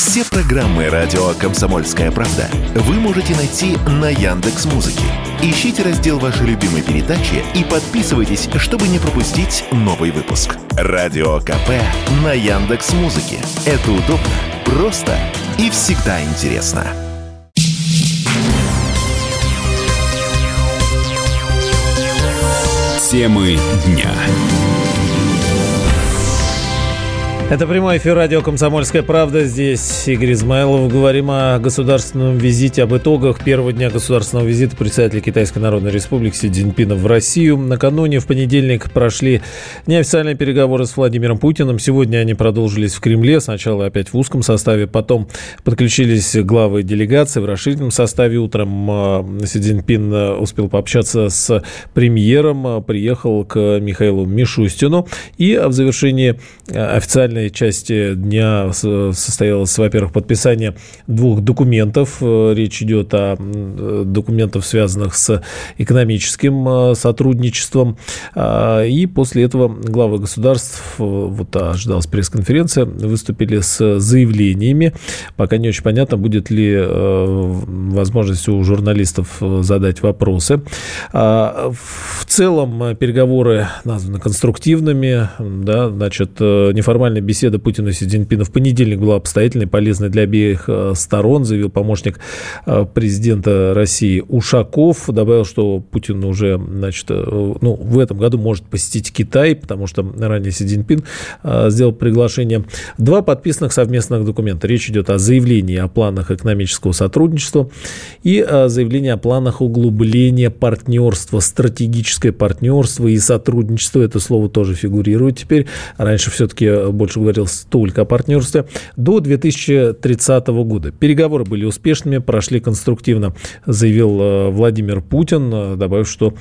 Все программы радио «Комсомольская правда» вы можете найти на Яндекс.Музыке. Ищите раздел вашей любимой передачи и подписывайтесь, чтобы не пропустить новый выпуск. Радио КП на Яндекс.Музыке. Это удобно, просто и всегда интересно. Темы дня. Это прямой эфир радио «Комсомольская правда». Здесь Игорь Измайлов. Говорим о государственном визите, об итогах первого дня государственного визита председателя Китайской Народной Республики Си Цзиньпина в Россию. Накануне, в понедельник, прошли неофициальные переговоры с Владимиром Путиным. Сегодня они продолжились в Кремле. Сначала опять в узком составе, потом подключились главы делегации в расширенном составе. Утром Си Цзиньпин успел пообщаться с премьером, приехал к Михаилу Мишустину. И в завершении официальной части дня состоялось, во-первых, подписание двух документов. Речь идет о документах, связанных с экономическим сотрудничеством. И после этого главы государств, вот ожидалась пресс-конференция, выступили с заявлениями. Пока не очень понятно, будет ли возможность у журналистов задать вопросы. В целом переговоры названы конструктивными. Да, значит, неформальная беседа Путина и Си Цзиньпина в понедельник была обстоятельной, полезной для обеих сторон, заявил помощник президента России Ушаков. Добавил, что Путин уже, значит, в этом году может посетить Китай, потому что ранее Си Цзиньпин сделал приглашение. Два подписанных совместных документа. Речь идет о заявлении о планах экономического сотрудничества и о заявлении о планах углубления партнерства, стратегическое партнерство и сотрудничество. Это слово тоже фигурирует теперь. Раньше все-таки больше говорилось только о партнерстве, до 2030 года. Переговоры были успешными, прошли конструктивно, заявил Владимир Путин, добавив, что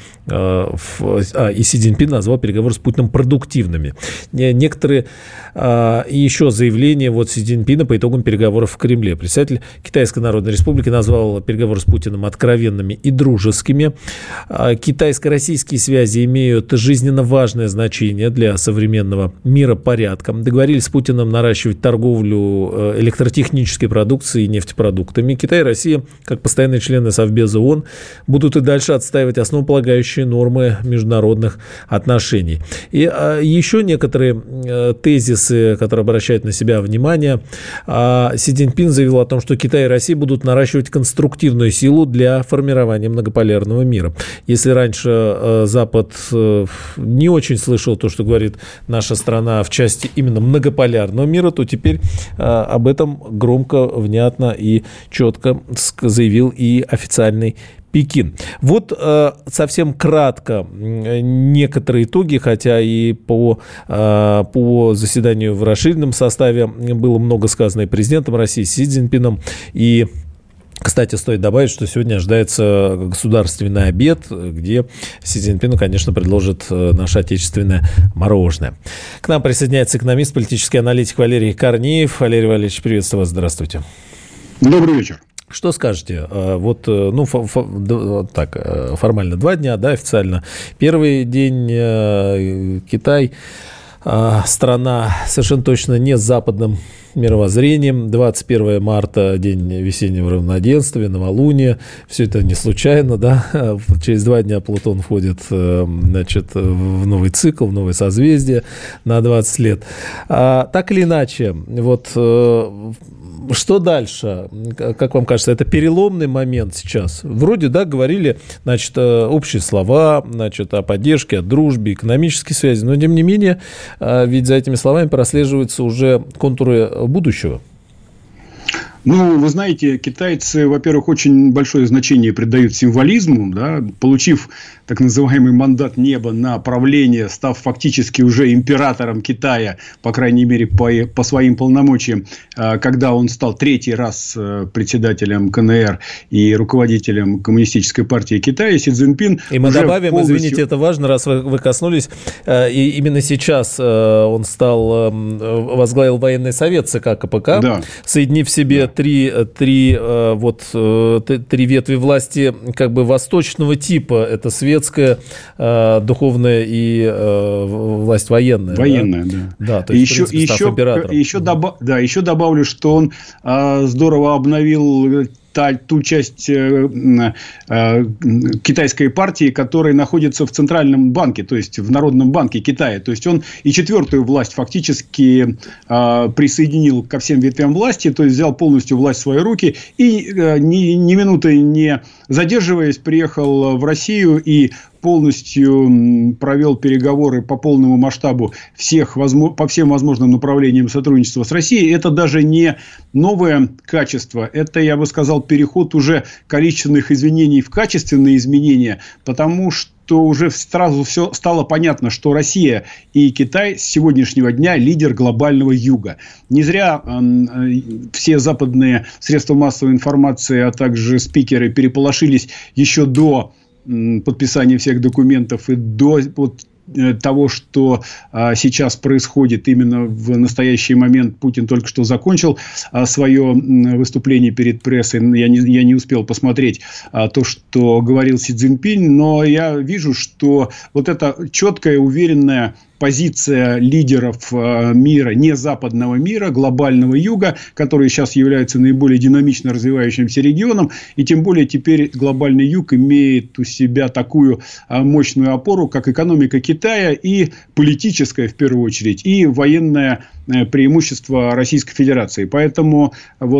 и Си Цзиньпин назвал переговоры с Путиным продуктивными. Некоторые еще заявления Си Цзиньпина по итогам переговоров в Кремле. Председатель Китайской Народной Республики назвал переговоры с Путиным откровенными и дружескими. Китайско-российские связи имеют жизненно важное значение для современного миропорядка. Договорились с Путиным наращивать торговлю электротехнической продукцией и нефтепродуктами. Китай и Россия, как постоянные члены Совбеза ООН, будут и дальше отстаивать основополагающие нормы международных отношений. И еще некоторые тезисы, которые обращают на себя внимание. Си Цзиньпин заявил о том, что Китай и Россия будут наращивать конструктивную силу для формирования многополярного мира. Если раньше Запад не очень слышал то, что говорит наша страна в части именно многополярного мира, то теперь об этом громко, внятно и четко заявил и официальный Пекин. Вот совсем кратко некоторые итоги, хотя и по заседанию в расширенном составе было много сказано и президентом России Си Цзиньпином, и кстати, стоит добавить, что сегодня ожидается государственный обед, где Си Цзиньпину, конечно, предложат наше отечественное мороженое. К нам присоединяется экономист, политический аналитик Валерий Корнеев. Валерий Валерьевич, приветствую вас, здравствуйте. Добрый вечер. Что скажете? Формально 2 дня, да, официально. Первый день Китай, страна совершенно точно не с западным мировоззрением. 21 марта, день весеннего равноденствия, новолуние. Все это не случайно, да. Через 2 дня Плутон входит, значит, в новый цикл, в новое созвездие на 20 лет. Так или иначе, что дальше? Как вам кажется, это переломный момент сейчас? Вроде, да, говорили, значит, общие слова, значит, о поддержке, о дружбе, экономические связи, но, тем не менее, ведь за этими словами прослеживаются уже контуры будущего. Вы знаете, китайцы, во-первых, очень большое значение придают символизму, да, получив так называемый мандат неба на правление, став фактически уже императором Китая, по крайней мере, по своим полномочиям, когда он стал 3-й раз председателем КНР и руководителем Коммунистической партии Китая, Си Цзиньпин. И мы добавим, извините, это важно, раз вы коснулись, и именно сейчас он возглавил военный совет ЦК КПК, да, соединив в себе три ветви власти как бы восточного типа. Это светская, духовная и власть военная. Военная, да. То есть, еще добавлю, что он здорово обновил ту часть китайской партии, которая находится в Центральном банке, то есть в Народном банке Китая. То есть он и четвертую власть фактически присоединил ко всем ветвям власти, то есть взял полностью власть в свои руки и ни минуты не задерживаясь приехал в Россию и полностью провел переговоры по полному масштабу по всем возможным направлениям сотрудничества с Россией. Это даже не новое качество, это, я бы сказал, переход уже количественных изменений в качественные изменения, потому что уже сразу все стало понятно, что Россия и Китай с сегодняшнего дня лидер глобального юга. Не зря все западные средства массовой информации, а также спикеры переполошились еще до подписания всех документов и до того, что сейчас происходит именно в настоящий момент. Путин только что закончил свое выступление перед прессой. Я не успел посмотреть то, что говорил Си Цзиньпинь, но я вижу, что вот эта четкая, уверенная позиция лидеров мира, не западного мира, глобального юга, которые сейчас являются наиболее динамично развивающимся регионом, и тем более теперь глобальный юг имеет у себя такую мощную опору, как экономика Китая и политическая, в первую очередь, и военное преимущество Российской Федерации. Поэтому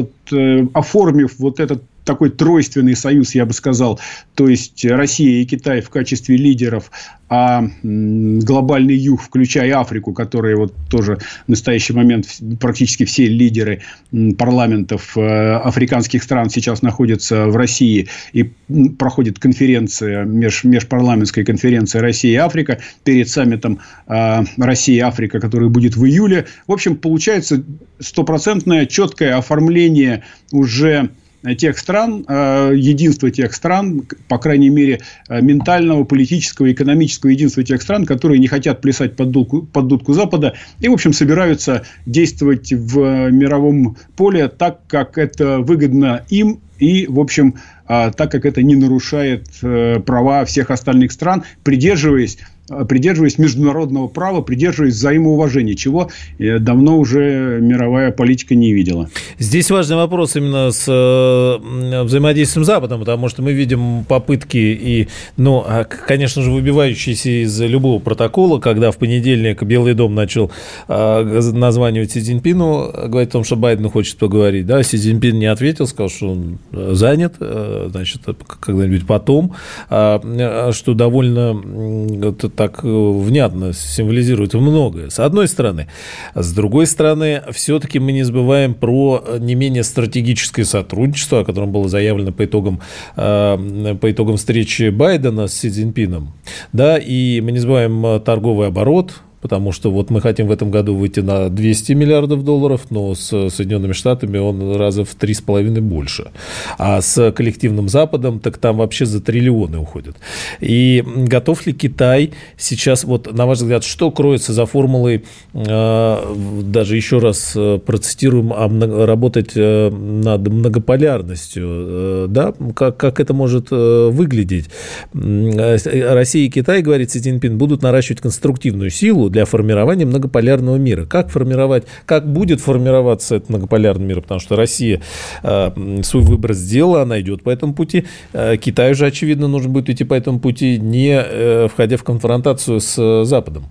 оформив этот такой тройственный союз, я бы сказал, то есть Россия и Китай в качестве лидеров, а глобальный юг, включая Африку, которые тоже в настоящий момент практически все лидеры парламентов африканских стран сейчас находятся в России, и проходит конференция, межпарламентская конференция Россия и Африка перед саммитом Россия и Африка, который будет в июле. В общем, получается стопроцентное четкое оформление уже тех стран, единство тех стран, по крайней мере, ментального, политического, экономического единства тех стран, которые не хотят плясать под дудку Запада и, в общем, собираются действовать в мировом поле так, как это выгодно им и, в общем, так, как это не нарушает права всех остальных стран, придерживаясь международного права, придерживаясь взаимоуважения, чего давно уже мировая политика не видела. Здесь важный вопрос именно с взаимодействием с Западом, потому что мы видим попытки конечно же, выбивающиеся из любого протокола, когда в понедельник Белый дом начал названивать Си Цзиньпину, говорить о том, что Байден хочет поговорить. Да, Си Цзиньпин не ответил, сказал, что он занят, значит, когда-нибудь потом, что довольно так внятно символизирует многое, с одной стороны. С другой стороны, все-таки мы не забываем про не менее стратегическое сотрудничество, о котором было заявлено по итогам встречи Байдена с Си Цзиньпином. Да, и мы не забываем торговый оборот, потому что мы хотим в этом году выйти на 200 миллиардов долларов, но с Соединенными Штатами он раза в 3,5 больше. А с коллективным Западом, так там вообще за триллионы уходят. И готов ли Китай сейчас, на ваш взгляд, что кроется за формулой, даже еще раз процитируем, работать над многополярностью, да? Как это может выглядеть? Россия и Китай, говорит Си Цзиньпин, будут наращивать конструктивную силу для формирования многополярного мира. Как будет формироваться этот многополярный мир? Потому что Россия свой выбор сделала, она идет по этому пути. Китаю же, очевидно, нужно будет идти по этому пути, не входя в конфронтацию с Западом.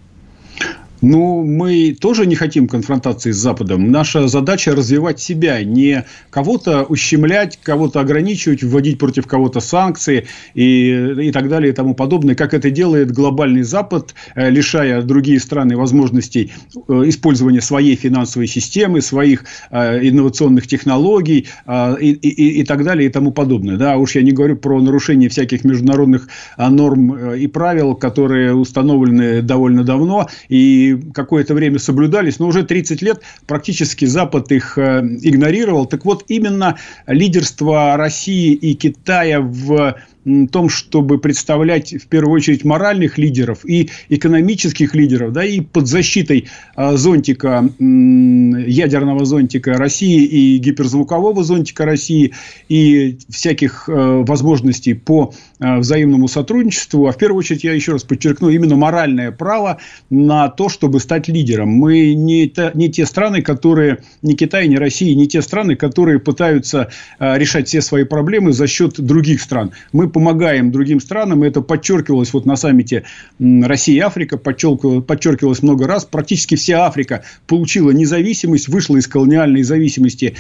Мы тоже не хотим конфронтации с Западом. Наша задача развивать себя, не кого-то ущемлять, кого-то ограничивать, вводить против кого-то санкции и так далее и тому подобное, как это делает глобальный Запад, лишая другие страны возможностей использования своей финансовой системы, своих инновационных технологий и так далее и тому подобное. Да, уж я не говорю про нарушение всяких международных норм и правил, которые установлены довольно давно и какое-то время соблюдались, но уже 30 лет практически Запад их игнорировал. Так вот, именно лидерство России и Китая в том, чтобы представлять в первую очередь моральных лидеров и экономических лидеров, да, и под защитой зонтика, ядерного зонтика России и гиперзвукового зонтика России и всяких возможностей по взаимному сотрудничеству, а в первую очередь, я еще раз подчеркну, именно моральное право на то, чтобы стать лидером. Мы не те страны, которые, не Китай, не Россия, не те страны, которые пытаются решать все свои проблемы за счет других стран. Мы помогаем другим странам, и это подчеркивалось вот на саммите Россия-Африка, подчеркивалось много раз. Практически вся Африка получила независимость, вышла из колониальной зависимости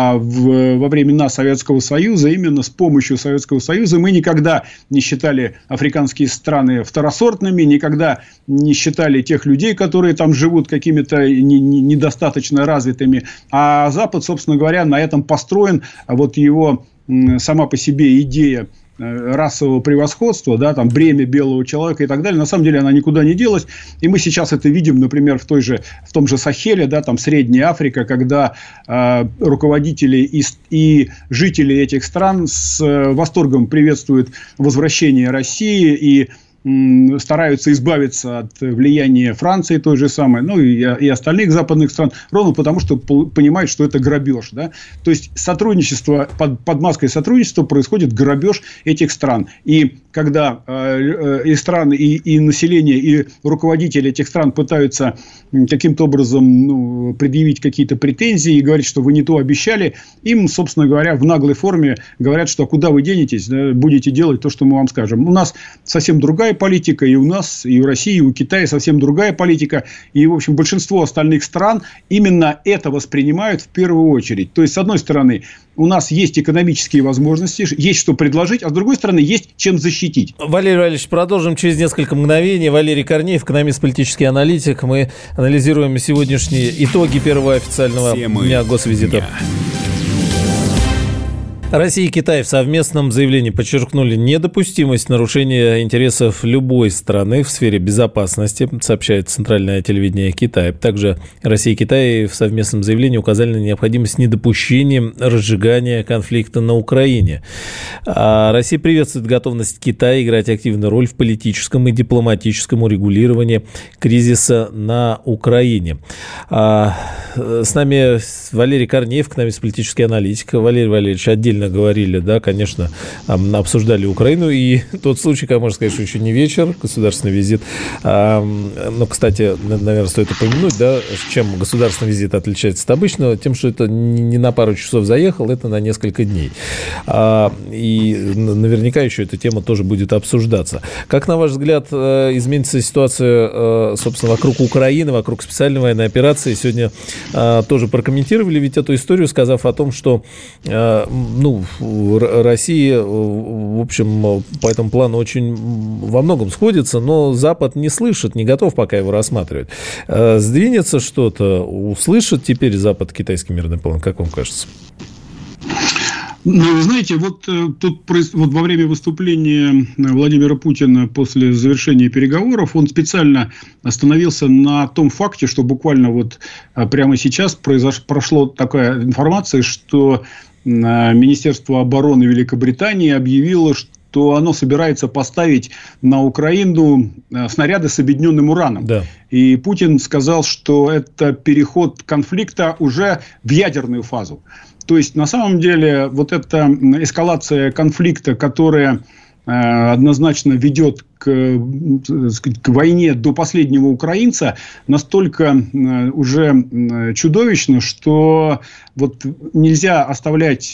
во времена Советского Союза. Именно с помощью Советского Союза мы никогда не считали африканские страны второсортными, никогда не считали тех людей, которые там живут, какими-то недостаточно развитыми. А Запад, собственно говоря, на этом построен. Вот его сама по себе идея расового превосходства, да, там, бремя белого человека и так далее, на самом деле она никуда не делась. И мы сейчас это видим, например, в том же Сахеле, да, там, Средняя Африка, когда руководители и жители этих стран с восторгом приветствуют возвращение России и стараются избавиться от влияния Франции той же самой, ну и остальных западных стран, ровно потому, что понимают, что это грабеж. Да? То есть сотрудничество, под маской сотрудничества происходит грабеж этих стран. И когда и страны, и население, и руководители этих стран пытаются каким-то образом предъявить какие-то претензии и говорить, что вы не то обещали, им, собственно говоря, в наглой форме говорят, что куда вы денетесь, да, будете делать то, что мы вам скажем. У нас совсем другая политика, и у нас, и у России, и у Китая совсем другая политика. И, в общем, большинство остальных стран именно это воспринимают в первую очередь. То есть, с одной стороны, у нас есть экономические возможности, есть что предложить, а с другой стороны, есть чем защитить. Валерий Валерьевич, продолжим через несколько мгновений. Валерий Корнеев, экономист, политический аналитик. Мы анализируем сегодняшние итоги первого официального дня госвизита. Россия и Китай в совместном заявлении подчеркнули недопустимость нарушения интересов любой страны в сфере безопасности, сообщает Центральное телевидение Китая. Также Россия и Китай в совместном заявлении указали на необходимость недопущения разжигания конфликта на Украине. Россия приветствует готовность Китая играть активную роль в политическом и дипломатическом урегулировании кризиса на Украине. С нами Валерий Корнеев, экономист, политический аналитик. Валерий Валерьевич, отдельно говорили, да, конечно, обсуждали Украину, и тот случай, как можно сказать, что еще не вечер, государственный визит. Но, кстати, наверное, стоит упомянуть, да, чем государственный визит отличается от обычного, тем, что это не на пару часов заехал, это на несколько дней. И наверняка еще эта тема тоже будет обсуждаться. Как, на ваш взгляд, изменится ситуация, собственно, вокруг Украины, вокруг специальной военной операции? Сегодня тоже прокомментировали ведь эту историю, сказав о том, что, Россия, в общем, по этому плану очень во многом сходится, но Запад не слышит, не готов пока его рассматривать. Сдвинется что-то, услышит теперь Запад китайский мирный план, как вам кажется? Ну, знаете, вот во время выступления Владимира Путина после завершения переговоров он специально остановился на том факте, что буквально вот прямо сейчас прошла такая информация, что Министерство обороны Великобритании объявило, что оно собирается поставить на Украину снаряды с объединенным ураном. Да. И Путин сказал, что это переход конфликта уже в ядерную фазу. То есть, на самом деле, вот эта эскалация конфликта, которая однозначно ведет к войне до последнего украинца, настолько уже чудовищно, что вот нельзя оставлять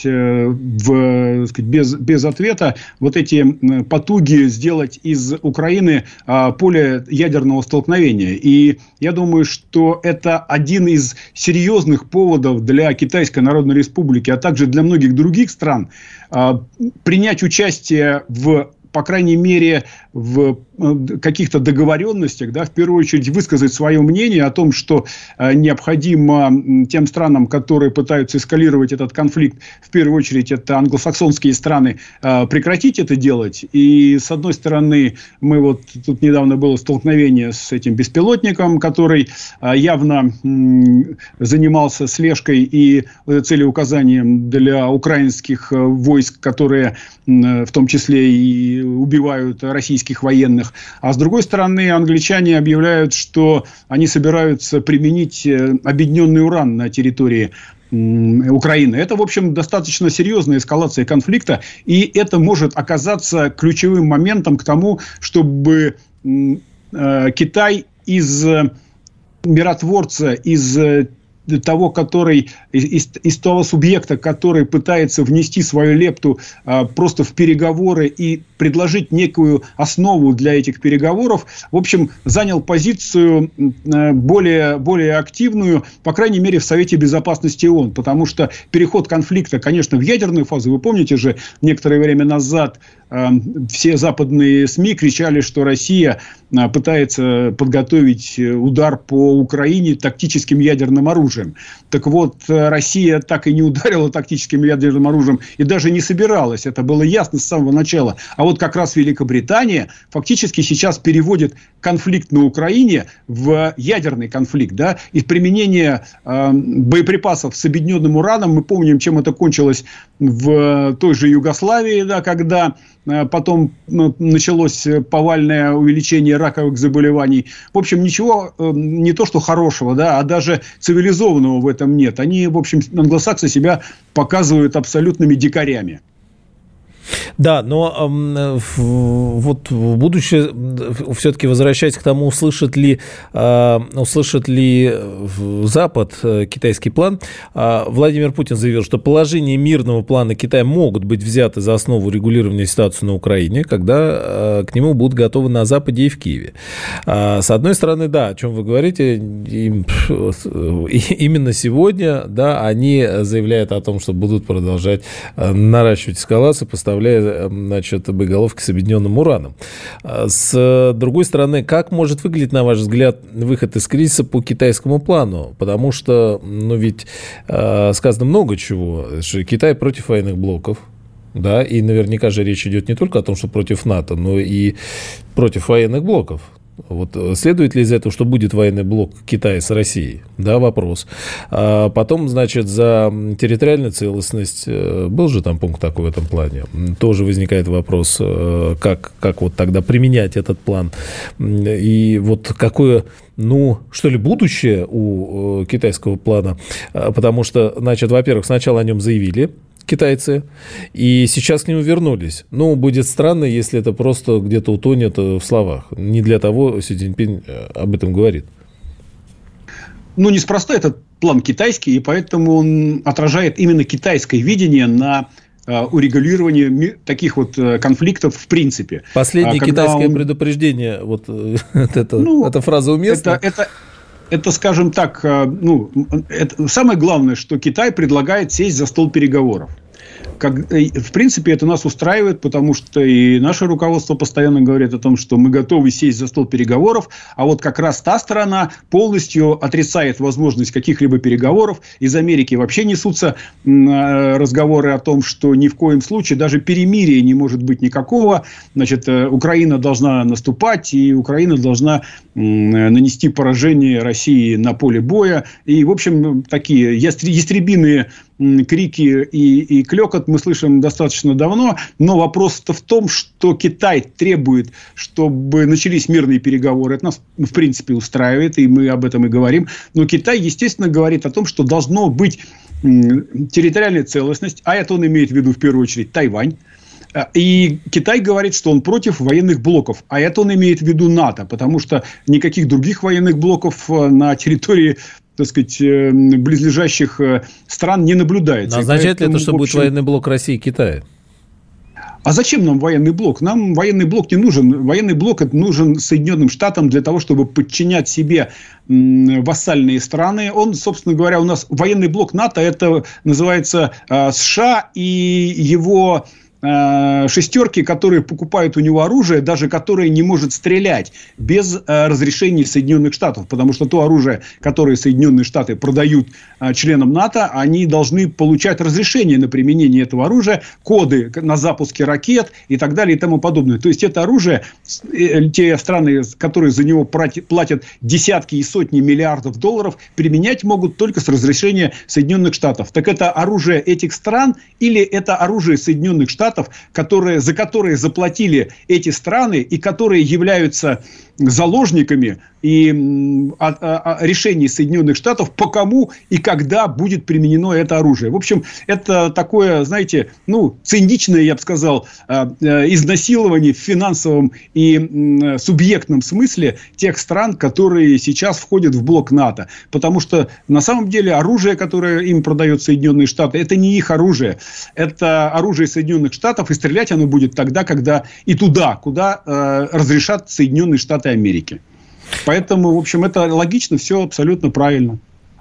без ответа вот эти потуги сделать из Украины поле ядерного столкновения. И я думаю, что это один из серьезных поводов для Китайской Народной Республики, а также для многих других стран принять участие в по крайней мере, в каких-то договоренностях, да, в первую очередь высказать свое мнение о том, что необходимо тем странам, которые пытаются эскалировать этот конфликт, в первую очередь это англосаксонские страны, прекратить это делать. И, с одной стороны, мы вот тут недавно было столкновение с этим беспилотником, который явно занимался слежкой и целеуказанием для украинских войск, которые в том числе и убивают российских военных. А с другой стороны, англичане объявляют, что они собираются применить объединенный уран на территории Украины. Это, в общем, достаточно серьезная эскалация конфликта, и это может оказаться ключевым моментом к тому, чтобы Китай из миротворца, из того, который, из того субъекта, который пытается внести свою лепту просто в переговоры и предложить некую основу для этих переговоров, в общем, занял позицию более активную, по крайней мере, в Совете Безопасности ООН, потому что переход конфликта, конечно, в ядерную фазу, вы помните же, некоторое время назад все западные СМИ кричали, что Россия пытается подготовить удар по Украине тактическим ядерным оружием. Так вот, Россия так и не ударила тактическим ядерным оружием и даже не собиралась. Это было ясно с самого начала. А вот как раз Великобритания фактически сейчас переводит конфликт на Украине в ядерный конфликт. Да? И применение боеприпасов с объединенным ураном, мы помним, чем это кончилось в той же Югославии, да, когда потом началось повальное увеличение раковых заболеваний. В общем, ничего не то, что хорошего, да, а даже цивилизованного в этом нет. Они, в общем, англосаксы себя показывают абсолютными дикарями. Да, но вот в будущее, все-таки возвращаясь к тому, услышит ли Запад китайский план, Владимир Путин заявил, что положения мирного плана Китая могут быть взяты за основу регулирования ситуации на Украине, когда к нему будут готовы на Западе и в Киеве. С одной стороны, да, о чем вы говорите, именно сегодня, да, они заявляют о том, что будут продолжать наращивать эскалацию, поставляя, значит, боеголовки с объединенным ураном. С другой стороны, как может выглядеть, на ваш взгляд, выход из кризиса по китайскому плану? Потому что, ведь сказано много чего, что Китай против военных блоков, да, и наверняка же речь идет не только о том, что против НАТО, но и против военных блоков. Вот следует ли из этого, что будет военный блок Китая с Россией? Да, вопрос. А потом, значит, за территориальную целостность, был же там пункт такой в этом плане, тоже возникает вопрос, как вот тогда применять этот план. И вот какое, что ли, будущее у китайского плана, потому что, значит, во-первых, сначала о нем заявили китайцы, и сейчас к нему вернулись. Будет странно, если это просто где-то утонет в словах. Не для того Си Цзиньпин об этом говорит. Неспроста этот план китайский, и поэтому он отражает именно китайское видение на урегулирование таких вот конфлктов в принципе. Последнее китайское предупреждение, эта фраза уместна? Это, скажем так, это самое главное, что Китай предлагает сесть за стол переговоров. В принципе, это нас устраивает, потому что и наше руководство постоянно говорит о том, что мы готовы сесть за стол переговоров, а вот как раз та сторона полностью отрицает возможность каких-либо переговоров. Из Америки вообще несутся разговоры о том, что ни в коем случае даже перемирия не может быть никакого. Значит, Украина должна наступать, и Украина должна нанести поражение России на поле боя. И, в общем, такие ястребиные крики и клёкот мы слышим достаточно давно, но вопрос-то в том, что Китай требует, чтобы начались мирные переговоры. Это нас, в принципе, устраивает, и мы об этом и говорим. Но Китай, естественно, говорит о том, что должно быть территориальная целостность, а это он имеет в виду, в первую очередь, Тайвань. И Китай говорит, что он против военных блоков, а это он имеет в виду НАТО, потому что никаких других военных блоков на территории, так сказать, близлежащих стран не наблюдается. Но означает ли это, что будет военный блок России и Китая? А зачем нам военный блок? Нам военный блок не нужен. Военный блок нужен Соединенным Штатам для того, чтобы подчинять себе вассальные страны. Он, собственно говоря, у нас военный блок НАТО, это называется США и его шестерки, которые покупают у него оружие, даже которое не может стрелять без разрешения Соединенных Штатов. Потому что то оружие, которое Соединенные Штаты продают членам НАТО, они должны получать разрешение на применение этого оружия, коды на запуске ракет и так далее и тому подобное. То есть, это оружие, те страны, которые за него платят десятки и сотни миллиардов долларов, применять могут только с разрешения Соединенных Штатов. Так это оружие этих стран или это оружие Соединенных Штатов, за которые заплатили эти страны и которые являются заложниками и решений Соединенных Штатов, по кому и когда будет применено это оружие. В общем, это такое, знаете, циничное, я бы сказал, изнасилование в финансовом и субъектном смысле тех стран, которые сейчас входят в блок НАТО. Потому что, на самом деле, оружие, которое им продают Соединенные Штаты, это не их оружие. Это оружие Соединенных Штатов, и стрелять оно будет тогда, когда и туда, куда разрешат Соединенные Штаты Америки. Поэтому, в общем, это логично, все абсолютно правильно.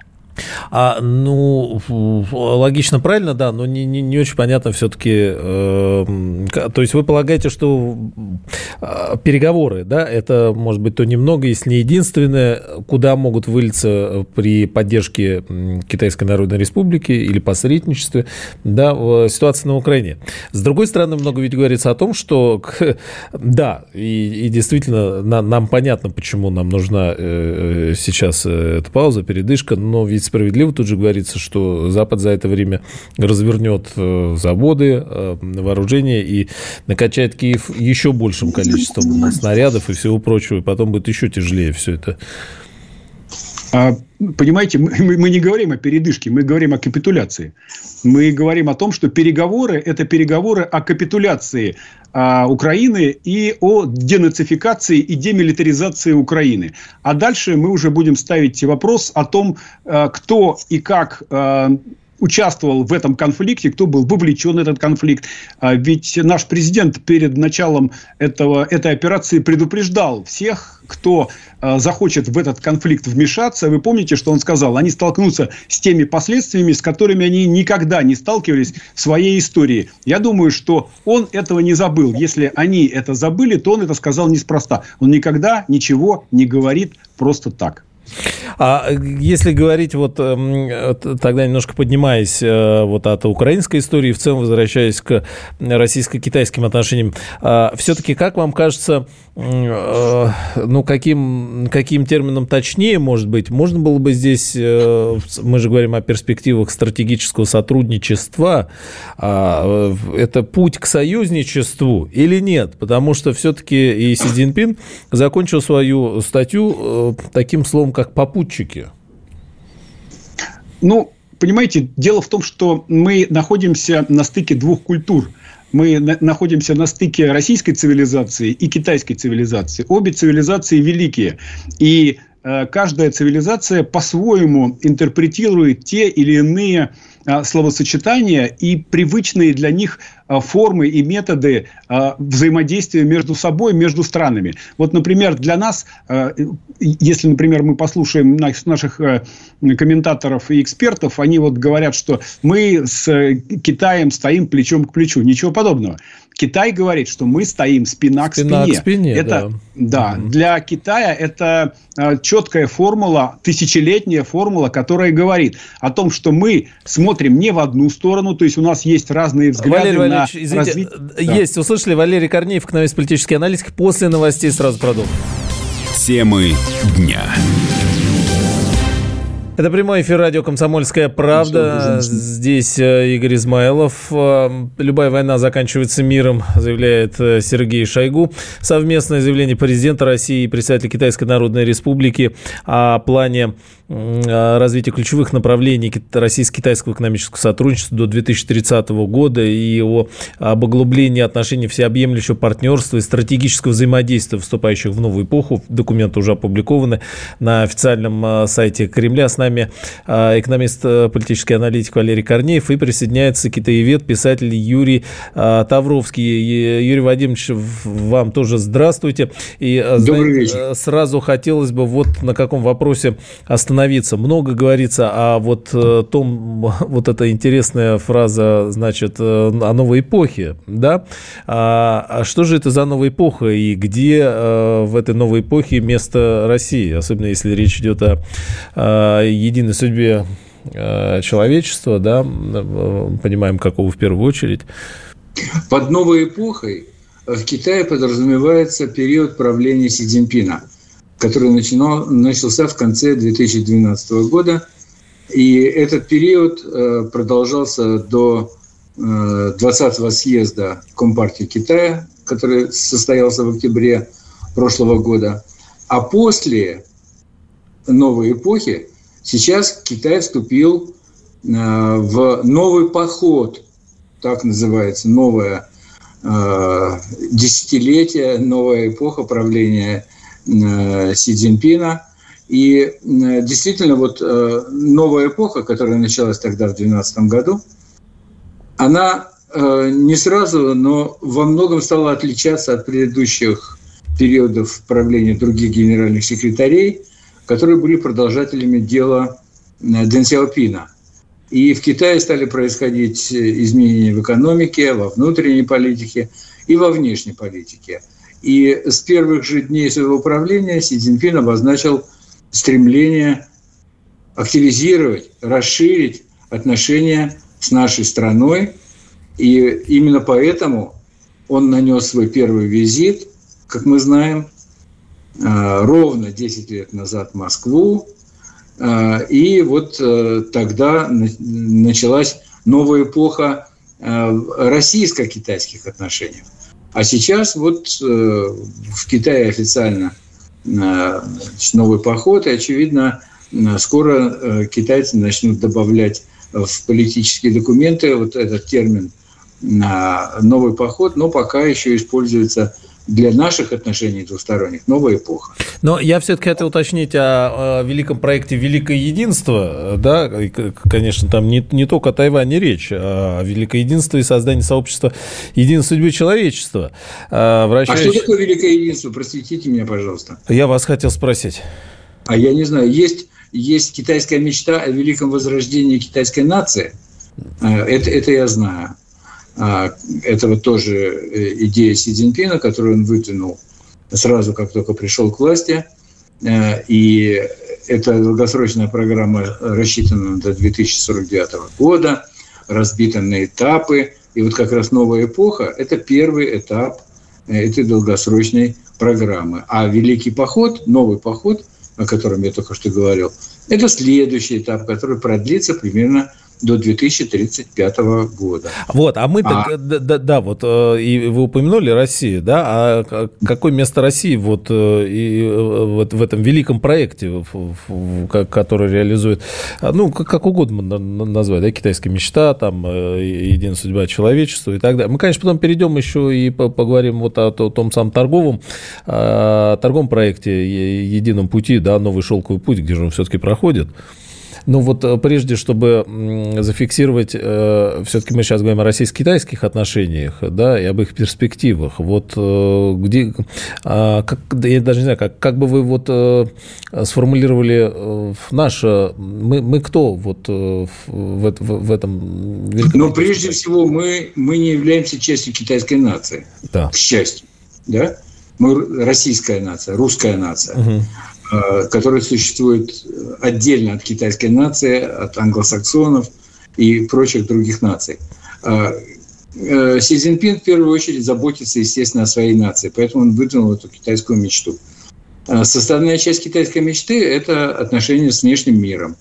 Логично, правильно, да, но не очень понятно все-таки. То есть, вы полагаете, что переговоры, да, это, может быть, то немного, если не единственное, куда могут вылиться при поддержке Китайской Народной Республики или посредничестве, да, в ситуации на Украине. С другой стороны, много ведь говорится о том, что, да, и действительно, нам понятно, почему нам нужна сейчас эта пауза, передышка, но ведь справедливо тут же говорится, что Запад за это время развернет заводы, вооружение и накачает Киев еще большим количеством снарядов и всего прочего, и потом будет еще тяжелее все это. Понимаете, мы не говорим о передышке, мы говорим о капитуляции. Мы говорим о том, что переговоры – это переговоры о капитуляции Украины и о денацификации и демилитаризации Украины. А дальше мы уже будем ставить вопрос о том, кто и как участвовал в этом конфликте, кто был вовлечен в этот конфликт. Ведь наш президент перед началом этой операции предупреждал всех, кто захочет в этот конфликт вмешаться. Вы помните, что он сказал? Они столкнутся с теми последствиями, с которыми они никогда не сталкивались в своей истории. Я думаю, что он этого не забыл. Если они это забыли, то он это сказал неспроста. Он никогда ничего не говорит просто так. А если говорить, вот тогда немножко поднимаясь вот от украинской истории, в целом возвращаясь к российско-китайским отношениям, все-таки, как вам кажется, каким термином точнее, может быть, можно было бы здесь, мы же говорим о перспективах стратегического сотрудничества, это путь к союзничеству или нет? Потому что все-таки и Си Цзиньпин закончил свою статью таким словом, как попутчики. Понимаете, дело в том, что мы находимся на стыке двух культур. Мы находимся на стыке российской цивилизации и китайской цивилизации. Обе цивилизации великие. И каждая цивилизация по-своему интерпретирует те или иные словосочетания и привычные для них формы и методы взаимодействия между собой, между странами. Вот, например, для нас, если, например, мы послушаем наших комментаторов и экспертов, они вот говорят, что мы с Китаем стоим плечом к плечу. Ничего подобного. Китай говорит, что мы стоим спина к спине. Это, да. Для Китая это четкая формула, тысячелетняя формула, которая говорит о том, что мы смотрим не в одну сторону, то есть у нас есть разные взгляды на развитие. Есть, услышали, Валерий Корнеев, экономист, политический аналитик. После новостей сразу продолжим. Темы дня. Это прямой эфир радио «Комсомольская правда». Здесь Игорь Измайлов. Любая война заканчивается миром, заявляет Сергей Шойгу. Совместное заявление президента России и представителя Китайской Народной Республики о плане развития ключевых направлений российско-китайского экономического сотрудничества до 2030 года и об углублении отношений всеобъемлющего партнерства и стратегического взаимодействия, вступающих в новую эпоху. Документы уже опубликованы на официальном сайте Кремля. С нами экономист, политический аналитик Валерий Корнеев, и присоединяется китаевед, писатель Юрий Тавровский. Юрий Вадимович, вам тоже здравствуйте. И добрый вечер. Сразу хотелось бы вот на каком вопросе остановиться. остановиться. Много говорится о вот эта интересная фраза, значит, о новой эпохе, да? А что же это за новая эпоха и где в этой новой эпохе место России, особенно если речь идет о единой судьбе человечества, да, понимаем, какого в первую очередь. Под новой эпохой в Китае подразумевается период правления Си Цзиньпина, который начался в конце 2012 года. И этот период продолжался до 20-го съезда Компартии Китая, который состоялся в октябре прошлого года. А после новой эпохи сейчас Китай вступил в новый поход, так называется, новое десятилетие, новая эпоха правления Си Цзиньпина. И действительно, вот новая эпоха, которая началась тогда в 2012 году, она не сразу, но во многом стала отличаться от предыдущих периодов правления других генеральных секретарей, которые были продолжателями дела Дэн Сяопина. И в Китае стали происходить изменения в экономике, во внутренней политике и во внешней политике. И с первых же дней своего правления Си Цзиньпин обозначил стремление активизировать, расширить отношения с нашей страной. И именно поэтому он нанес свой первый визит, как мы знаем, ровно 10 лет назад в Москву. И вот тогда началась новая эпоха российско-китайских отношений. А сейчас вот в Китае официально новый поход, и, очевидно, скоро китайцы начнут добавлять в политические документы вот этот термин «новый поход», но пока еще используется для наших отношений двусторонних новая эпоха. Но я все-таки хотел уточнить о великом проекте «Великое единство». Да? Конечно, там не только о Тайване речь, а о великое единство и создании сообщества единой судьбы человечества. А что такое великое единство? Просветите меня, пожалуйста. Я вас хотел спросить. А я не знаю. Есть китайская мечта о великом возрождении китайской нации. Это я знаю. Это вот тоже идея Си Цзиньпина, которую он выдвинул сразу, как только пришел к власти. И эта долгосрочная программа рассчитана до 2049 года, разбита на этапы. И вот как раз новая эпоха – это первый этап этой долгосрочной программы. А Великий поход, новый поход, о котором я только что говорил, это следующий этап, который продлится примерно до 2035 года. Вот, а мы-то, да, вот, и вы упомянули Россию, да, а какое место России вот, и вот в этом великом проекте, который реализует, ну, как угодно назвать, да, китайская мечта, там, единая судьба человечества и так далее. Мы, конечно, потом перейдем еще и поговорим вот о том самом торговом проекте, едином пути, да, новый шелковый путь, где же он все-таки проходит. Ну вот прежде, чтобы зафиксировать, все-таки мы сейчас говорим о российско-китайских отношениях, да, и об их перспективах. Вот где, я даже не знаю, как бы вы вот сформулировали мы кто вот в этом великом... Но прежде всего мы не являемся частью китайской нации, да. К счастью, да? Мы российская нация, русская нация. Угу. Которая существует отдельно от китайской нации, от англосаксонов и прочих других наций. Си Цзиньпин в первую очередь заботится, естественно, о своей нации, поэтому он выдвинул эту китайскую мечту. Составная часть китайской мечты – это отношения с внешним миром.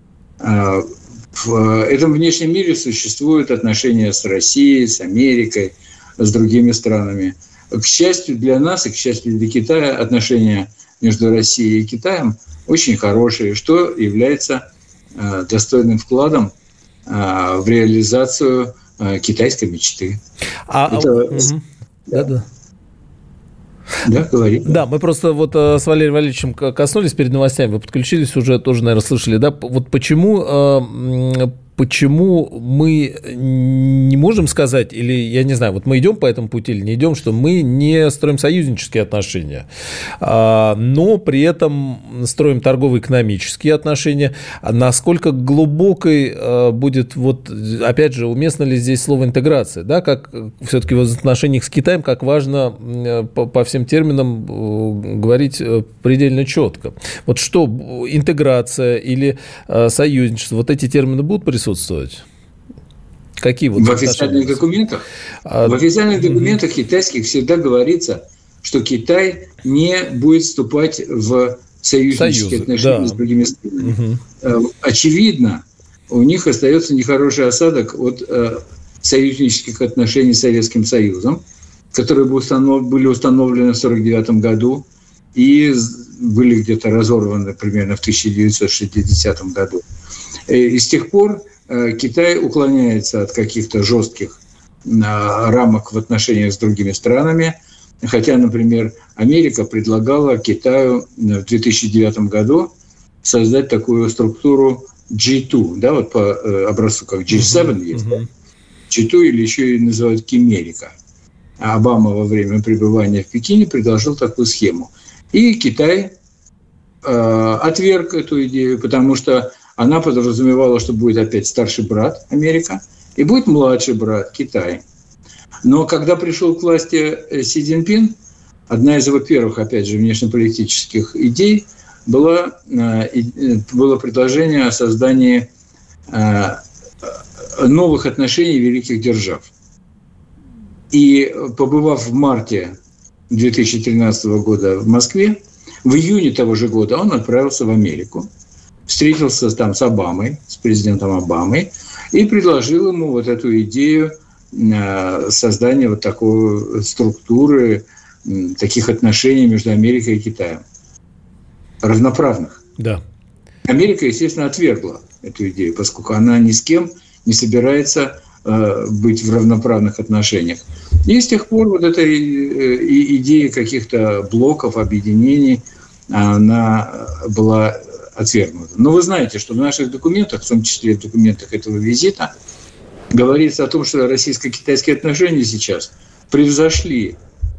В этом внешнем мире существуют отношения с Россией, с Америкой, с другими странами. К счастью для нас и к счастью для Китая, отношения между Россией и Китаем очень хорошие, что является достойным вкладом в реализацию китайской мечты. Да. Да, говори. Да, мы просто вот с Валерием Валерьевичем коснулись перед новостями, вы подключились уже, тоже, наверное, слышали, да, вот почему почему мы не можем сказать, или, я не знаю, вот мы идем по этому пути или не идем, что мы не строим союзнические отношения, но при этом строим торгово-экономические отношения. Насколько глубокой будет, вот, опять же, уместно ли здесь слово интеграция, да, как все-таки в отношениях с Китаем, как важно по всем терминам говорить предельно четко. Вот что, интеграция или союзничество, вот эти термины будут присутствовать? Какие вот в официальных документах? В официальных документах китайских всегда говорится, что Китай не будет вступать в союзнические отношения с другими странами. Очевидно, у них остается нехороший осадок от союзнических отношений с Советским Союзом, которые были установлены в 1949 году и были где-то разорваны примерно в 1960 году. И с тех пор Китай уклоняется от каких-то жестких рамок в отношениях с другими странами, хотя, например, Америка предлагала Китаю в 2009 году создать такую структуру G2, да, вот по образцу как G7 есть, да? G2 или еще и называют Кимерика. А Обама во время пребывания в Пекине предложил такую схему. И Китай отверг эту идею, потому что она подразумевала, что будет опять старший брат Америка и будет младший брат Китай. Но когда пришел к власти Си Цзиньпин, одна из его первых, опять же, внешнеполитических идей было предложение о создании новых отношений великих держав. И побывав в марте 2013 года в Москве, в июне того же года он отправился в Америку, встретился там с Обамой, с президентом Обамой, и предложил ему вот эту идею создания вот такой структуры, таких отношений между Америкой и Китаем. Равноправных. Да. Америка, естественно, отвергла эту идею, поскольку она ни с кем не собирается быть в равноправных отношениях. И с тех пор вот эта идея каких-то блоков, объединений, она была отвергнута. Но вы знаете, что в наших документах, в том числе в документах этого визита, говорится о том, что российско-китайские отношения сейчас превзошли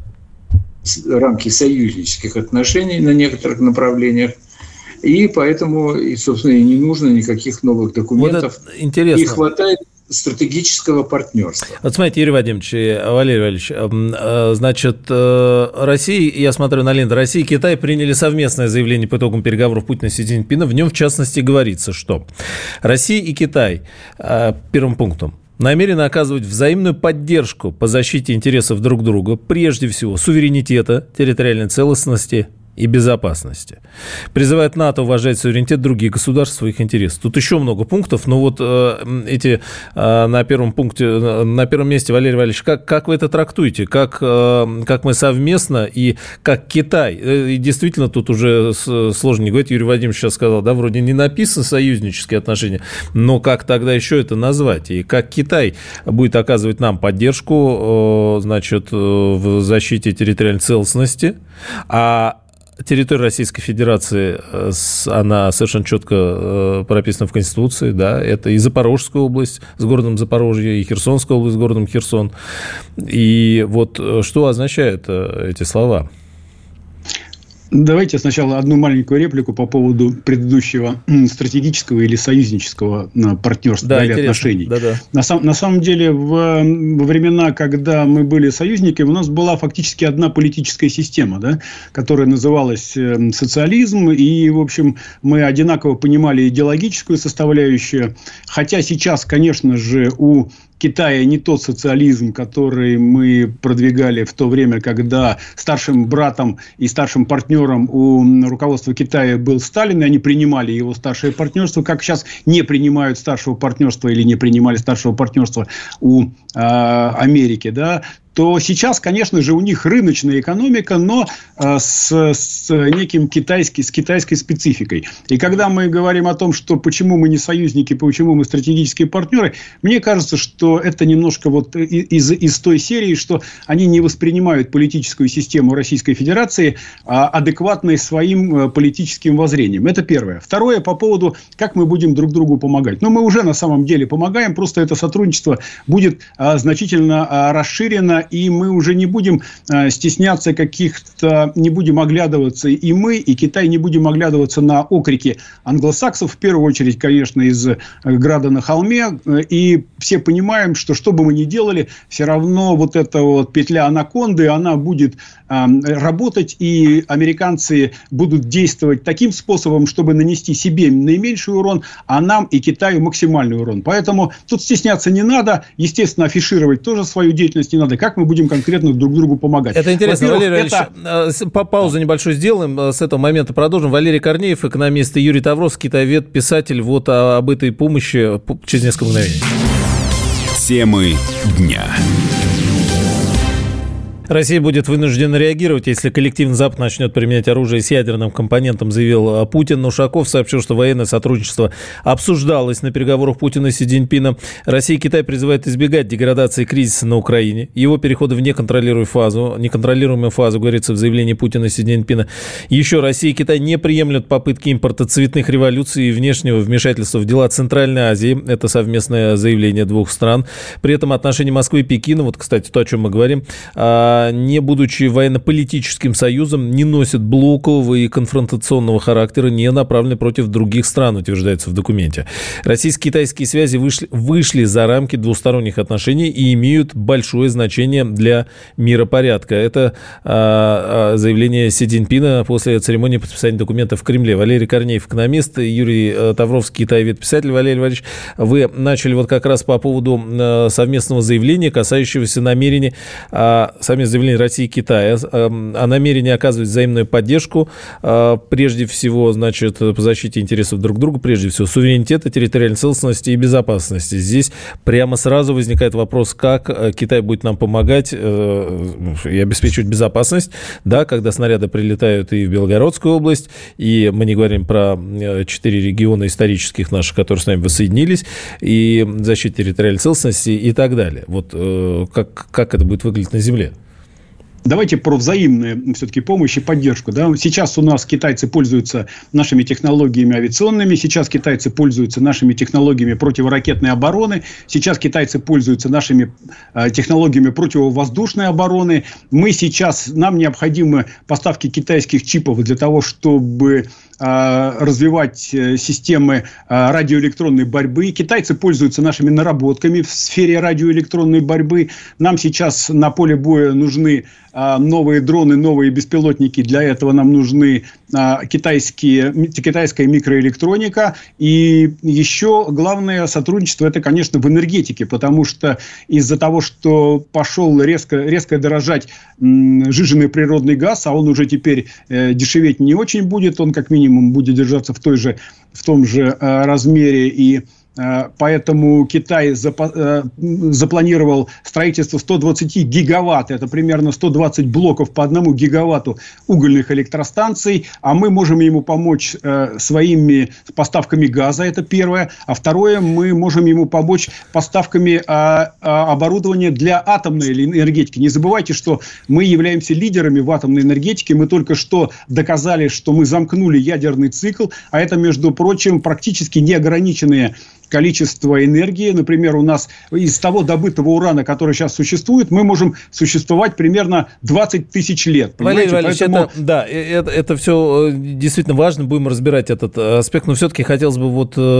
рамки союзнических отношений на некоторых направлениях, и поэтому, собственно, и не нужно никаких новых документов. Вот интересно. И хватает стратегического партнерства. Вот смотрите, Юрий Вадимович и Валерий Валерьевич, значит, Россия, я смотрю на ленту, Россия и Китай приняли совместное заявление по итогам переговоров Путина и Си Цзиньпина. В нем, в частности, говорится, что Россия и Китай, первым пунктом, намерены оказывать взаимную поддержку по защите интересов друг друга, прежде всего суверенитета, территориальной целостности и безопасности. Призывает НАТО уважать суверенитет других государств, своих интересов. Тут еще много пунктов, но вот эти на первом месте, Валерий Валерьевич, как вы это трактуете? Как мы совместно и как Китай? И действительно, тут уже сложно не говорить. Юрий Вадимович сейчас сказал, да, вроде не написано союзнические отношения, но как тогда еще это назвать? И как Китай будет оказывать нам поддержку, значит, в защите территориальной целостности, а территория Российской Федерации, она совершенно четко прописана в Конституции, да, это и Запорожская область с городом Запорожье, и Херсонская область с городом Херсон. И вот что означают эти слова? Давайте сначала одну маленькую реплику по поводу предыдущего стратегического или союзнического партнерства, да, или отношений. Да. На самом деле, во времена, когда мы были союзниками, у нас была фактически одна политическая система, да, которая называлась социализм. И, в общем, мы одинаково понимали идеологическую составляющую. Хотя сейчас, конечно же, у Китая не тот социализм, который мы продвигали в то время, когда старшим братом и старшим партнером у руководства Китая был Сталин, и они принимали его старшее партнерство, как сейчас не принимают старшего партнерства или не принимали старшего партнерства у Америки, да. то сейчас, конечно же, у них рыночная экономика, но с неким китайской спецификой. И когда мы говорим о том, что почему мы не союзники, почему мы стратегические партнеры, мне кажется, что это немножко вот из той серии, что они не воспринимают политическую систему Российской Федерации адекватной своим политическим воззрением. Это первое. Второе, по поводу, как мы будем друг другу помогать. Мы уже на самом деле помогаем, просто это сотрудничество будет значительно расширено, и мы уже не будем стесняться каких-то, не будем оглядываться, и мы, и Китай не будем оглядываться на окрики англосаксов, в первую очередь, конечно, из града на холме, и все понимаем, что бы мы ни делали, все равно вот эта вот петля анаконды, она будет работать, и американцы будут действовать таким способом, чтобы нанести себе наименьший урон, а нам и Китаю максимальный урон. Поэтому тут стесняться не надо, естественно, афишировать тоже свою деятельность не надо. Как мы будем конкретно друг другу помогать? Это интересно, Валерий Валерьевич. Паузу небольшую сделаем, с этого момента продолжим. Валерий Корнеев, экономист, и Юрий Тавровский, китаевед, писатель, вот об этой помощи через несколько мгновений. Темы дня. Россия будет вынуждена реагировать, если коллективный Запад начнет применять оружие с ядерным компонентом, заявил Путин. Но Ушаков сообщил, что военное сотрудничество обсуждалось на переговорах Путина и Си Цзиньпина. Россия и Китай призывают избегать деградации кризиса на Украине, его перехода в неконтролируемую фазу, говорится в заявлении Путина и Си Цзиньпина. Еще Россия и Китай не приемлют попытки импорта цветных революций и внешнего вмешательства в дела Центральной Азии. Это совместное заявление двух стран. При этом отношения Москвы и Пекина, вот, кстати, то, о чем мы говорим, не будучи военно-политическим союзом, не носит блокового и конфронтационного характера, не направлены против других стран, утверждается в документе. Российско-китайские связи вышли за рамки двусторонних отношений и имеют большое значение для миропорядка. Это заявление Си Цзиньпина после церемонии подписания документов в Кремле. Валерий Корнеев, экономист, Юрий Тавровский, китаевед, писатель. Валерий Валерьевич, вы начали вот как раз по поводу совместного заявления, касающегося намерений заявление России и Китая о намерении оказывать взаимную поддержку, прежде всего, значит, по защите интересов друг друга, прежде всего, суверенитета, территориальной целостности и безопасности. Здесь прямо сразу возникает вопрос, как Китай будет нам помогать и обеспечивать безопасность, да, когда снаряды прилетают и в Белгородскую область, и мы не говорим про 4 региона исторических наших, которые с нами воссоединились, и защите территориальной целостности и так далее. Вот как это будет выглядеть на земле? Давайте про взаимную все-таки помощь и поддержку. Да? Сейчас у нас китайцы пользуются нашими технологиями авиационными, сейчас китайцы пользуются нашими технологиями противоракетной обороны, сейчас китайцы пользуются нашими технологиями противовоздушной обороны. Нам необходимы поставки китайских чипов для того, чтобы развивать системы радиоэлектронной борьбы. Китайцы пользуются нашими наработками в сфере радиоэлектронной борьбы. Нам сейчас на поле боя нужны новые дроны, новые беспилотники. Для этого нам нужны китайская микроэлектроника. И еще главное сотрудничество, это, конечно, в энергетике. Потому что из-за того, что пошел резко дорожать сжиженный природный газ, а он уже теперь дешеветь не очень будет, он как минимум будет держаться в том же размере, и поэтому Китай запланировал строительство 120 гигаватт, это примерно 120 блоков по 1 гигаватту угольных электростанций, а мы можем ему помочь своими поставками газа, это первое, а второе, мы можем ему помочь поставками оборудования для атомной энергетики. Не забывайте, что мы являемся лидерами в атомной энергетике, мы только что доказали, что мы замкнули ядерный цикл, а это, между прочим, практически неограниченные количество энергии. Например, у нас из того добытого урана, который сейчас существует, мы можем существовать примерно 20 тысяч лет. Валерий Валерьевич, это все действительно важно, будем разбирать этот аспект, но все-таки хотелось бы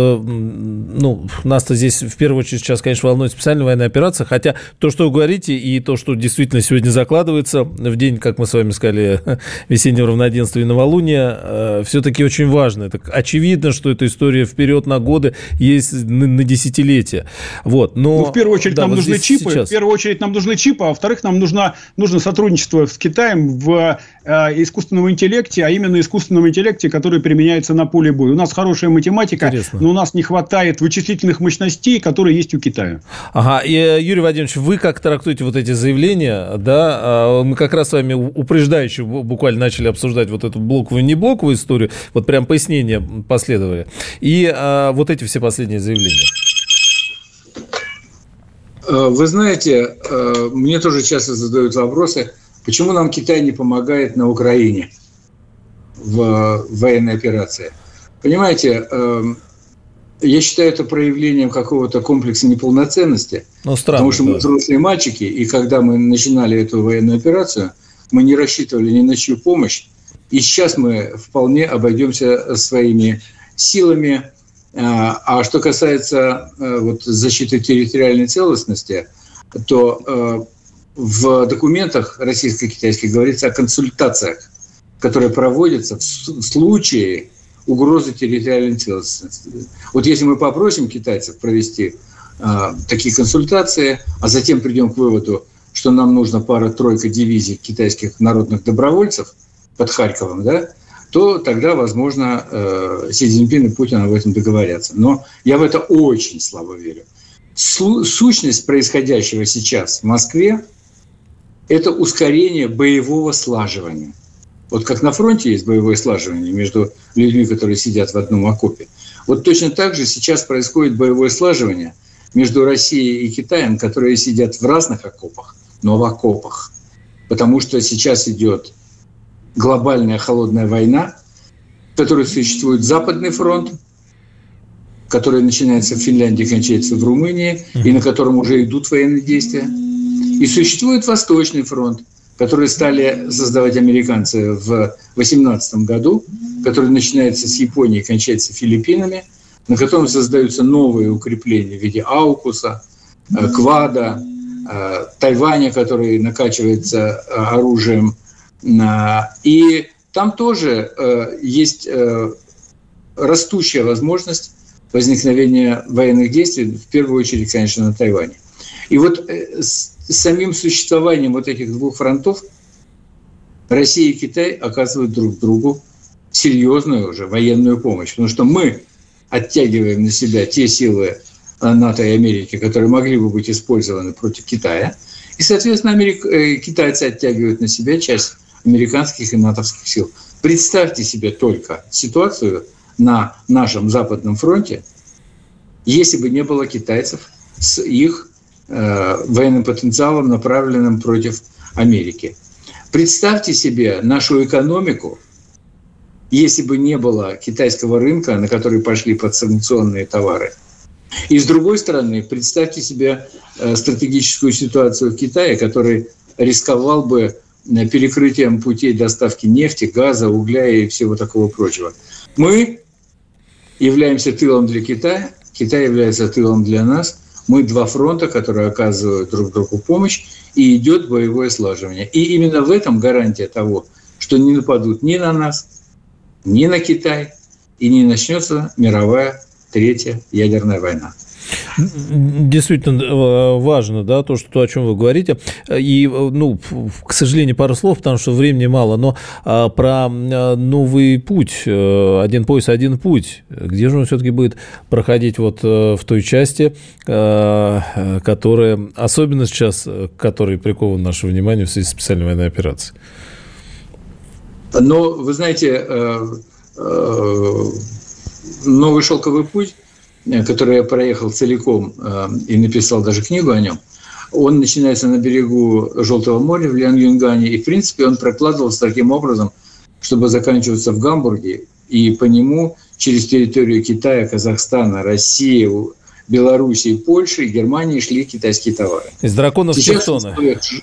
нас-то здесь в первую очередь сейчас, конечно, волнует специальная военная операция, хотя то, что вы говорите, и то, что действительно сегодня закладывается в день, как мы с вами сказали, весеннего равноденствия и новолуния, все-таки очень важно. Это очевидно, что эта история вперед на годы. Есть на десятилетия. Вот. Но, в первую очередь, нам нужны чипы. Сейчас... В первую очередь нам нужны чипы, а во-вторых, нам нужно сотрудничество с Китаем в искусственном интеллекте, а именно искусственном интеллекте, который применяется на поле боя. У нас хорошая математика, но у нас не хватает вычислительных мощностей, которые есть у Китая. Ага. И, Юрий Вадимович, вы как трактуете вот эти заявления? Да? Мы как раз с вами упреждающе буквально начали обсуждать вот эту блоковую и неблоковую историю. Вот прям пояснения последовали. И вот эти все последние заявления. Вы знаете, мне тоже часто задают вопросы, почему нам Китай не помогает на Украине в военной операции. Понимаете, я считаю это проявлением какого-то комплекса неполноценности, потому что мы взрослые мальчики, и когда мы начинали эту военную операцию, мы не рассчитывали ни на чью помощь, и сейчас мы вполне обойдемся своими силами. А что касается защиты территориальной целостности, то в документах российско-китайских говорится о консультациях, которые проводятся в случае угрозы территориальной целостности. Вот если мы попросим китайцев провести такие консультации, а затем придем к выводу, что нам нужно пара-тройка дивизий китайских народных добровольцев под Харьковом, да, то тогда, возможно, Си Цзиньпин и Путин об этом договорятся. Но я в это очень слабо верю. Сущность происходящего сейчас в Москве – это ускорение боевого слаживания. Вот как на фронте есть боевое слаживание между людьми, которые сидят в одном окопе. Вот точно так же сейчас происходит боевое слаживание между Россией и Китаем, которые сидят в разных окопах, но в окопах. Потому что сейчас идет глобальная холодная война, в которой существует Западный фронт, который начинается в Финляндии, кончается в Румынии, и на котором уже идут военные действия. И существует Восточный фронт, который стали создавать американцы в 2018 году, который начинается с Японии и кончается Филиппинами, на котором создаются новые укрепления в виде Аукуса, Квада, Тайваня, который накачивается оружием. И там тоже есть растущая возможность возникновения военных действий, в первую очередь, конечно, на Тайване. И вот с самим существованием вот этих двух фронтов Россия и Китай оказывают друг другу серьезную уже военную помощь, потому что мы оттягиваем на себя те силы НАТО и Америки, которые могли бы быть использованы против Китая, и, соответственно, китайцы оттягивают на себя часть американских и натовских сил. Представьте себе только ситуацию на нашем Западном фронте, если бы не было китайцев с их военным потенциалом, направленным против Америки. Представьте себе нашу экономику, если бы не было китайского рынка, на который пошли подсанкционные товары. И с другой стороны, представьте себе стратегическую ситуацию в Китае, который рисковал бы перекрытием путей доставки нефти, газа, угля и всего такого прочего. Мы являемся тылом для Китая, Китай является тылом для нас. Мы два фронта, которые оказывают друг другу помощь, и идет боевое слаживание. И именно в этом гарантия того, что не нападут ни на нас, ни на Китай, и не начнется мировая третья ядерная война. Действительно важно, да, то, о чем вы говорите. И, к сожалению, пару слов, потому что времени мало, но про новый путь, один пояс, один путь, где же он все-таки будет проходить вот в той части, которая, особенно сейчас, которой прикован наше внимание в связи с специальной военной операцией? Но, вы знаете, новый шелковый путь, который я проехал целиком и написал даже книгу о нем, он начинается на берегу Желтого моря в Ляньюнгане, и, в принципе, он прокладывался таким образом, чтобы заканчиваться в Гамбурге, и по нему через территорию Китая, Казахстана, России, Белоруссии, Польши и Германии шли китайские товары. Из драконов Тевтона.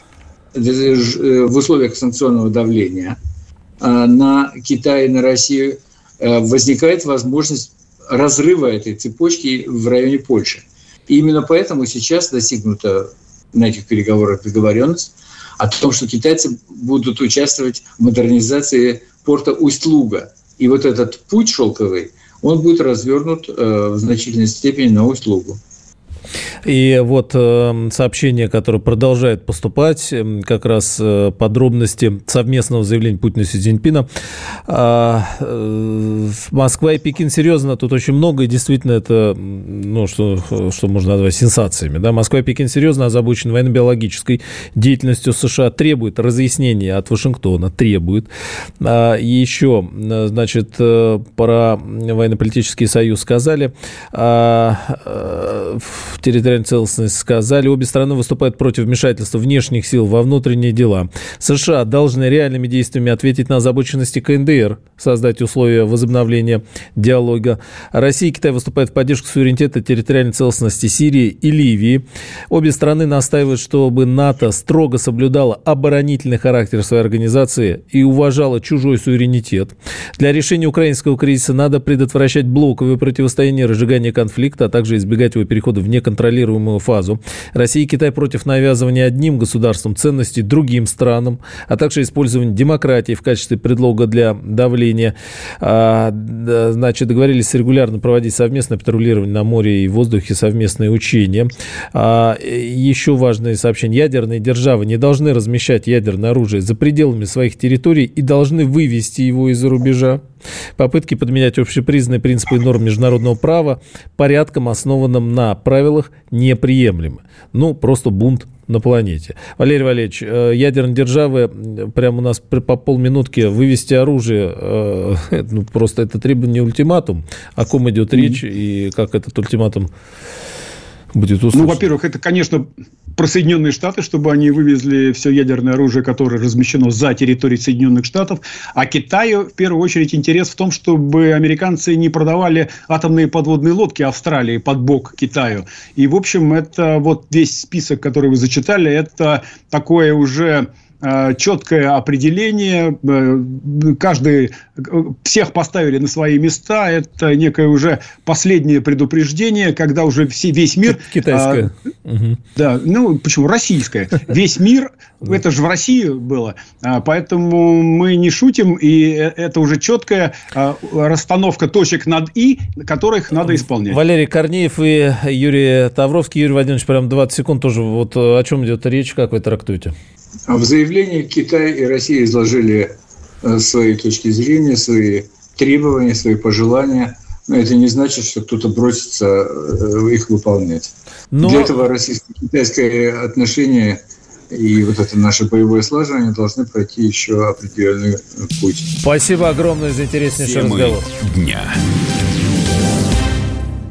В условиях санкционного давления на Китай и на Россию возникает возможность разрыва этой цепочки в районе Польши. И именно поэтому сейчас достигнута на этих переговорах договоренность о том, что китайцы будут участвовать в модернизации порта Усть-Луга. И вот этот путь шелковый, он будет развернут в значительной степени на услугу. И вот сообщение, которое продолжает поступать, как раз подробности совместного заявления Путина и Си Цзиньпина. Москва и Пекин серьезно, тут очень много, и действительно это, что можно назвать сенсациями. Да? Москва и Пекин серьезно озабочены военно-биологической деятельностью США, требует разъяснения от Вашингтона, требует. И еще, значит, про военно-политический союз сказали, территориальную целостность сказали. Обе страны выступают против вмешательства внешних сил во внутренние дела. США должны реальными действиями ответить на озабоченности КНДР, создать условия возобновления диалога. Россия и Китай выступают в поддержку суверенитета, территориальной целостности Сирии и Ливии. Обе страны настаивают, чтобы НАТО строго соблюдало оборонительный характер своей организации и уважало чужой суверенитет. Для решения украинского кризиса надо предотвращать блоковое противостояние, разжигание конфликта, а также избегать его перехода в неконтролируемую фазу. Россия и Китай против навязывания одним государством ценностей другим странам, а также использования демократии в качестве предлога для давления. Значит, договорились регулярно проводить совместное патрулирование на море и воздухе, совместные учения. Еще важное сообщение. Ядерные державы не должны размещать ядерное оружие за пределами своих территорий и должны вывести его из-за рубежа. Попытки подменять общепризнанные принципы и нормы международного права порядком, основанным на правилах, неприемлемы. Просто бунт на планете. Валерий Валерьевич, ядерные державы, прямо у нас по полминутки вывести оружие, просто это требование ультиматум. О ком идет речь и как этот ультиматум будет услышан? Во-первых, это, конечно, про Соединенные Штаты, чтобы они вывезли все ядерное оружие, которое размещено за территорией Соединенных Штатов. А Китаю, в первую очередь, интерес в том, чтобы американцы не продавали атомные подводные лодки Австралии под бок Китаю. И, в общем, это вот весь список, который вы зачитали, это такое уже четкое определение, всех поставили на свои места, это некое уже последнее предупреждение, когда уже весь мир... Китайское. Да, почему? Российское. Весь мир, это же в России было, поэтому мы не шутим, и это уже четкая расстановка точек над «и», которых надо исполнять. Валерий Корнеев и Юрий Тавровский. Юрий Владимирович, прям 20 секунд тоже. Вот о чем идет речь, как вы трактуете? В заявлении Китай и Россия изложили свои точки зрения, свои требования, свои пожелания. Но это не значит, что кто-то бросится их выполнять. Для этого российско-китайское отношение и вот это наше боевое слаживание должны пройти еще определенный путь. Спасибо огромное за интереснейший разговор. Дня.